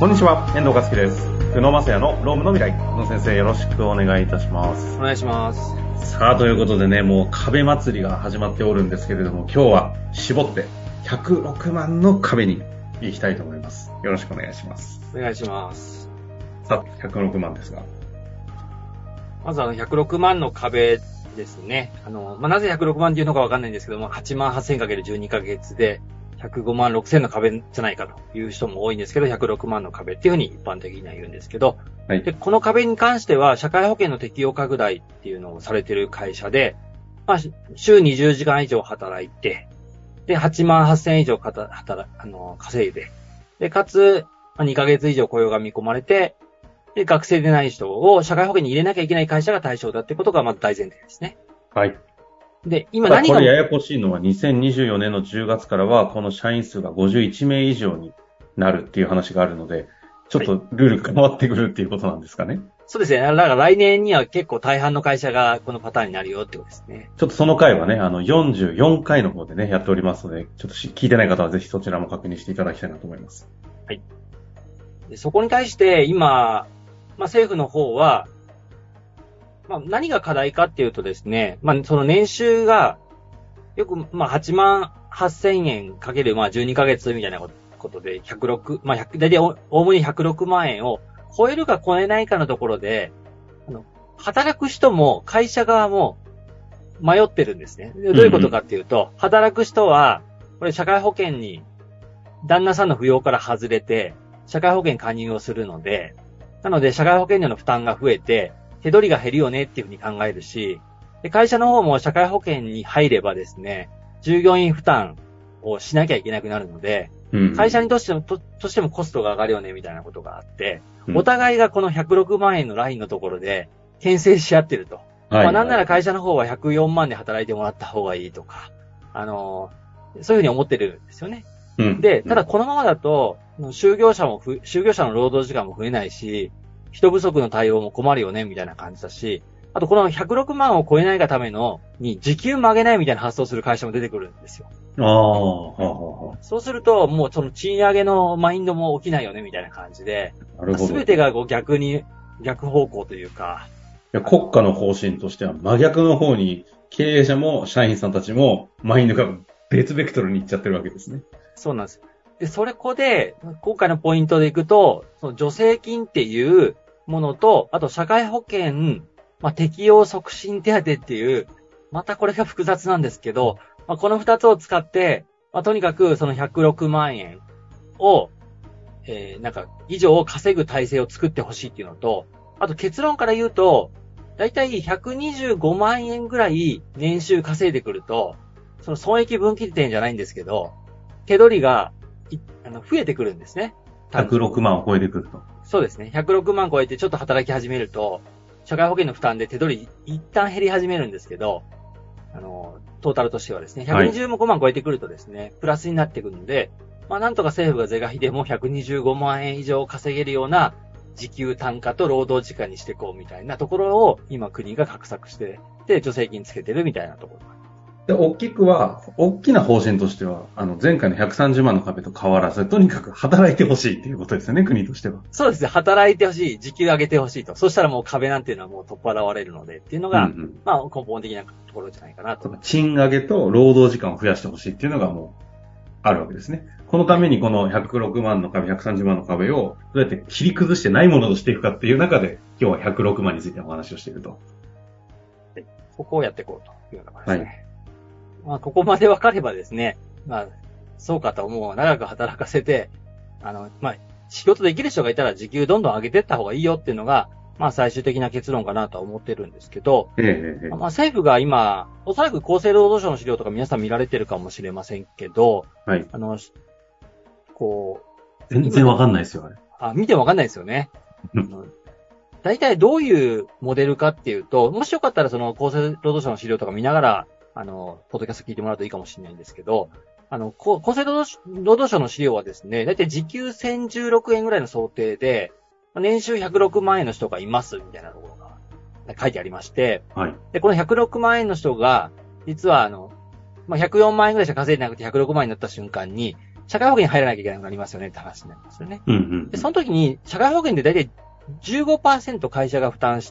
こんにちは、遠藤和樹です。宇野正也のロームの未来。宇野先生、よろしくお願いいたします。 お願いします。 さあ、ということでね、もう壁祭りが始まっておるんですけれども、今日は絞って106万の壁に行きたいと思います。よろしくお願いします。 お願いします。 さあ、106万ですが。 まず106万の壁ですね。なぜ106万っていうのかわかんないんですけども、8万 8000×12 ヶ月で、105万6000の壁じゃないかという人も多いんですけど、106万の壁っていうふうに一般的には言うんですけど、はい、で、この壁に関しては、社会保険の適用拡大っていうのをされている会社で、週20時間以上働いて、で、8万8000以上稼いで、で、かつ、2ヶ月以上雇用が見込まれて、で、学生でない人を社会保険に入れなきゃいけない会社が対象だってことがまず大前提ですね。 はい。 で、今何が。 これややこしいのは2024年の10月からはこの社員数が51名以上になるっていう話があるので、ちょっとルール変わってくるっていうことなんですかね。 そうですね。だから来年には結構大半の会社がこのパターンになるよってことですね。 ちょっとその回はね、44回の方でね、やっておりますので、ちょっと聞いてない方はぜひそちらも確認していただきたいなと思います。 はい。でそこに対して今、政府の方は、何が課題かっていうとですね、その年収が、よく、8万8000円かける、12ヶ月みたいなことで、106、だいたいおおむね106万円を超えるか超えないかのところで、働く人も会社側も迷ってるんですね。どういうことかっていうと、働く人は、これ社会保険に、旦那さんの扶養から外れて、社会保険加入をするので、なので社会保険料の負担が増えて、手取りが減るよねっていうふうに考えるし、で会社の方も社会保険に入ればですね、従業員負担をしなきゃいけなくなるので、会社にとしてもコストが上がるよねみたいなことがあって、お互いがこの106万円のラインのところで牽制し合ってると。なんなら会社の方は104万で働いてもらった方がいいとか、そういうふうに思ってるんですよね。で、ただこのままだと、就業者の労働時間も増えないし、人不足の対応も困るよねみたいな感じだし、あとこの106万を超えないがために時給も上げないみたいな発想する会社も出てくるんですよ。そうすると、もうその賃上げのマインドも起きないよねみたいな感じで、すべてが逆方向というか。 国家の方針としては真逆の方に経営者も社員さんたちもマインドが別ベクトルに行っちゃってるわけですね。 そうなんです。で、今回のポイントでいくと、その助成金っていうものと、あと社会保険、適用促進手当っていう、またこれが複雑なんですけど、この二つを使って、とにかくその106万円を、以上を稼ぐ体制を作ってほしいっていうのと、あと結論から言うと、だいたい125万円ぐらい年収稼いでくると、その損益分岐点じゃないんですけど、手取りが増えてくるんですね。 106万を超えてくると。 そうですね。106万超えてちょっと働き始めると、社会保険の負担で手取り一旦減り始めるんですけど、トータルとしてはですね、125万超えてくるとですね、プラスになってくるので、なんとか政府が是が非でも125万円以上稼げるような時給単価と労働時間にしていこうみたいなところを今国が画策して、で、助成金つけてるみたいなところ。 で、大きな方針としては、前回の130万の壁と変わらず、とにかく働いてほしいっていうことですよね、国としては。 そうですね、働いてほしい、時給上げてほしいと。そしたらもう壁なんていうのはもう取っ払われるのでっていうのが、根本的なところじゃないかなと。 賃上げと労働時間を増やしてほしいっていうのがもう、あるわけですね。このためにこの106万の壁、130万の壁を、どうやって切り崩してないものとしていくかっていう中で、今日は106万についてお話をしていると。 ここをやっていこうというような感じですね。ここまで分かればですね、そうかと思う。長く働かせて、仕事できる人がいたら時給どんどん上げていった方がいいよっていうのが、最終的な結論かなとは思ってるんですけど、政府が今、おそらく厚生労働省の資料とか皆さん見られてるかもしれませんけど、 全然わかんないですよ、あれ。 見てもわかんないですよね。大体どういうモデルかっていうと、もしよかったらその厚生労働省の資料とか見ながら、ポッドキャスト聞いてもらうといいかもしれないんですけど、厚生労働省の資料はですね、だいたい時給1016円ぐらいの想定で、年収106万円の人がいますみたいなところが書いてありまして、で、この106万円の人が、実は104万円ぐらいしか稼いでなくて106万円になった瞬間に、 社会保険に入らなきゃいけなくなりますよねって話になりますよね。 うんうん。 で、その時に、社会保険でだいたい 15% 会社が負担して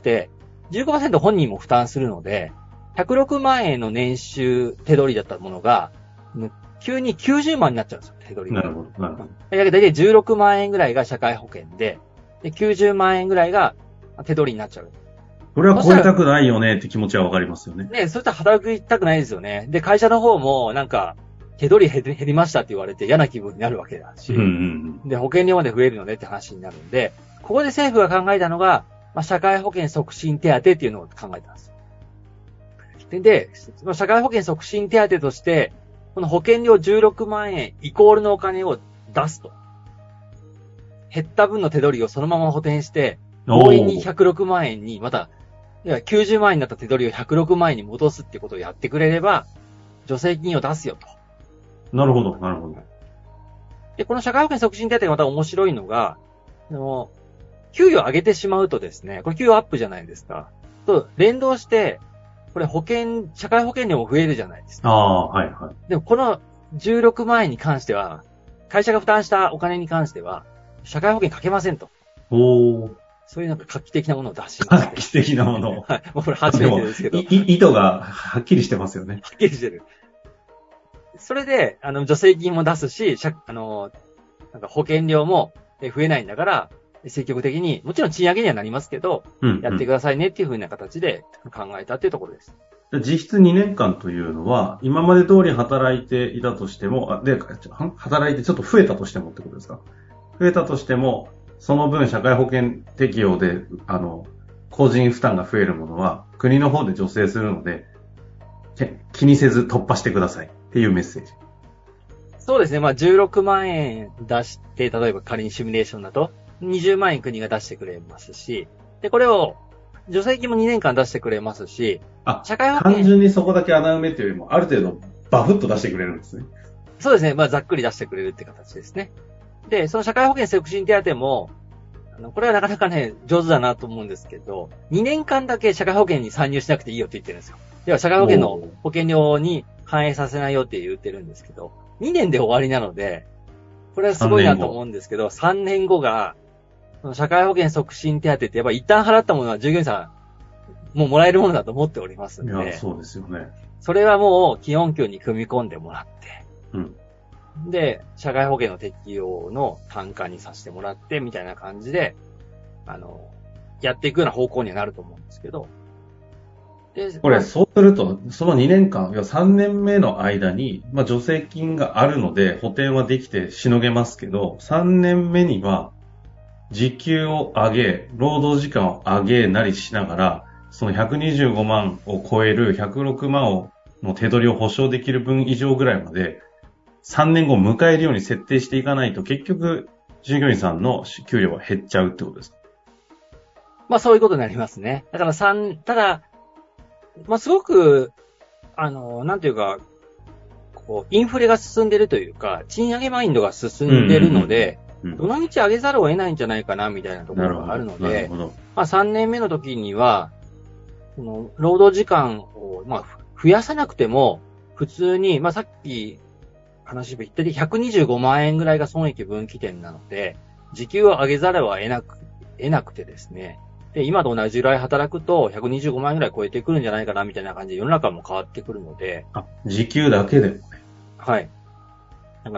、15% 本人も負担するので、106万円の年収手取りだったものが、急に90万になっちゃうんですよ、手取りが。 なるほど、なるほど。 だいたい16万円ぐらいが社会保険で、90万円ぐらいが手取りになっちゃう。 これは超えたくないよねって気持ちはわかりますよね。 ね、そういったら働きたくないですよね。で、会社の方もなんか、手取り減りましたって言われて嫌な気分になるわけだし、で、保険料まで増えるのねって話になるんで、ここで政府が考えたのが、社会保険促進手当っていうのを考えたんですよ。で、社会保険促進手当として、この保険料16万円イコールのお金を出すと。減った分の手取りをそのまま補填して、強引に106万円に、また、90万円になった手取りを106万円に戻すっていうことをやってくれれば、助成金を出すよと。 なるほど、なるほど。 で、この社会保険促進手当がまた面白いのが、給与を上げてしまうとですね、これ給与アップじゃないですか。と、連動して、これ社会保険料も増えるじゃないですか。 ああ、はいはい。 でもこの16万円に関しては、会社が負担したお金に関しては、社会保険かけませんと。 おー。 そういうなんか画期的なものを出しました。 画期的なものを。 はい。もうこれ初めてですけど。 意図がはっきりしてますよね。 はっきりしてる。それで、助成金も出すし、なんか保険料も増えないんだから、積極的に、もちろん賃上げにはなりますけど、やってくださいねっていう風な形で考えたっていうところです。 実質2年間というのは、今まで通り働いていたとしても、働いてちょっと増えたとしてもってことですか？増えたとしても、その分社会保険適用で、個人負担が増えるものは、国の方で助成するので、気にせず突破してくださいっていうメッセージ。 そうですね。16万円出して、例えば仮にシミュレーションだと、20万円国が出してくれますし、で、これを、助成金も2年間出してくれますし、 社会保険。単純にそこだけ穴埋めっていうよりも、ある程度バフッと出してくれるんですね。 そうですね。ざっくり出してくれるって形ですね。で、その社会保険促進手当も、これはなかなかね、上手だなと思うんですけど、2年間だけ社会保険に参入しなくていいよって言ってるんですよ。では、社会保険の保険料に反映させないよって言ってるんですけど、2年で終わりなので、これはすごいなと思うんですけど、3年後が、社会保険促進手当ってやっぱ一旦払ったものは従業員さん、もうもらえるものだと思っておりますので。 いや、そうですよね。 それはもう基本給に組み込んでもらって、で、社会保険の適用の単価にさせてもらって、みたいな感じで、やっていくような方向にはなると思うんですけど。 で、これ、そうすると、その2年間、3年目の間に、助成金があるので、補填はできてしのげますけど、3年目には、時給を上げ、労働時間を上げなりしながら、その125万を超える106万の手取りを保証できる分以上ぐらいまで、3年後を迎えるように設定していかないと、結局、従業員さんの給料は減っちゃうってことですか？ そういうことになりますね。だからただ、すごく、なんていうか、インフレが進んでるというか、賃上げマインドが進んでるので、どの道上げざるを得ないんじゃないかな、みたいなところがあるので、3年目の時には、労働時間を、増やさなくても、普通に、さっき話言ってて125万円ぐらいが損益分岐点なので、時給を上げざるを得なくてですね、で、今と同じぐらい働くと125万円ぐらい超えてくるんじゃないかな、みたいな感じで世の中も変わってくるので。 時給だけでもね。 はい。だから、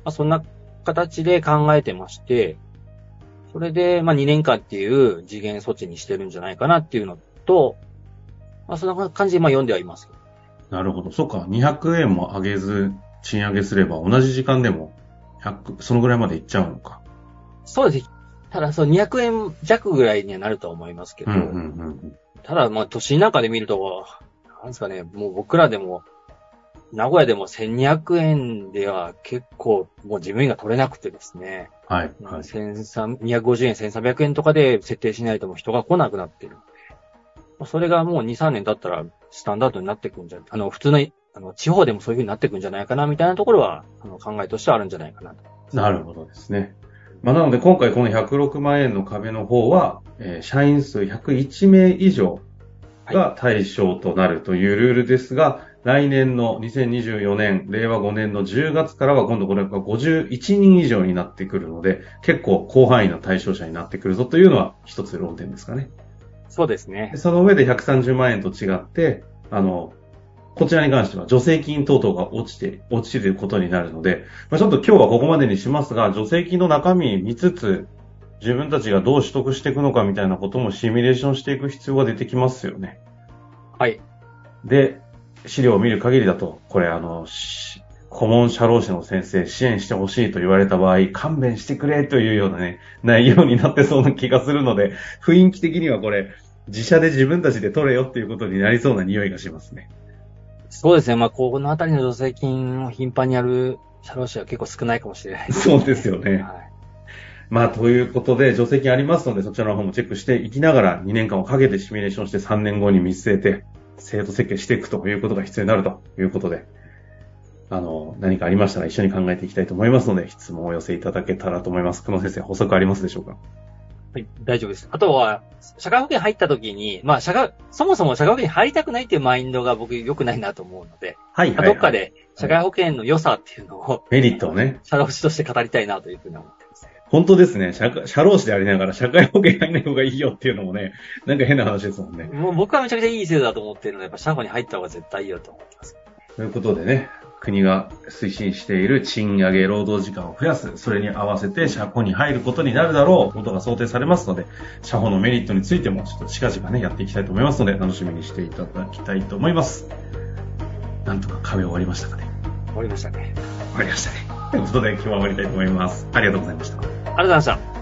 そんな形で考えてまして、それで、2年間っていう次元措置にしてるんじゃないかなっていうのと、そんな感じで読んではいます。 なるほど。そうか。200円も上げず、賃上げすれば同じ時間でもそのぐらいまでいっちゃうのか。 そうです。ただ、200円弱ぐらいにはなると思いますけど、ただ、都心なんかで見ると、なんですかね、もう僕らでも、名古屋でも1200円では結構もう事務員が取れなくてですね。 はい。 250円、1300円とかで設定しないともう人が来なくなってるので。それがもう2、3年経ったらスタンダードになってくるんじゃない、普通の、地方でもそういう風になってくるんじゃないかなみたいなところは、考えとしてはあるんじゃないかなと。 なるほどですね。なので今回この106万円の壁の方は、社員数101名以上が対象となるというルールですが、 来年の2024年、令和5年の10月からは今度これが51人以上になってくるので、結構広範囲な対象者になってくるぞというのは一つ論点ですかね。 そうですね。 その上で130万円と違って、こちらに関しては助成金等々が落ちることになるので、ちょっと今日はここまでにしますが、助成金の中身見つつ、自分たちがどう取得していくのかみたいなこともシミュレーションしていく必要が出てきますよね。 はい。 で、資料を見る限りだと、これ顧問社労士の先生支援してほしいと言われた場合、勘弁してくれというようなね、内容になってそうな気がするので、雰囲気的にはこれ、自社で自分たちで取れよっていうことになりそうな匂いがしますね。 そうですね。このあたりの助成金を頻繁にやる社労士は結構少ないかもしれないです。 そうですよね。はい。ということで、助成金ありますので、そちらの方もチェックしていきながら、2年間をかけてシミュレーションして3年後に見据えて、制度設計していくということが必要になるということで、何かありましたら一緒に考えていきたいと思いますので、質問をお寄せいただけたらと思います。久野先生、補足ありますでしょうか？ はい、大丈夫です。あとは、社会保険入った時に、そもそも社会保険に入りたくないっていうマインドが僕良くないなと思うので、はいはいはい、どっかで社会保険の良さっていうのを、 メリットをね、 社労士として語りたいなというふうに思ってます。 本当ですね。社労士でありながら社会保険入らない方がいいよっていうのもね、なんか変な話ですもんね。 もう僕はめちゃくちゃいい制度だと思っているので、やっぱ社保に入った方が絶対いいよと思ってます。 ということでね、国が推進している賃上げ労働時間を増やす、それに合わせて社保に入ることになるだろうことが想定されますので、社保のメリットについてもちょっと近々ね、やっていきたいと思いますので、楽しみにしていただきたいと思います。なんとか壁終わりましたかね。 終わりましたね。 終わりましたね。ということで今日は終わりたいと思います。ありがとうございました。 ありがとうございました。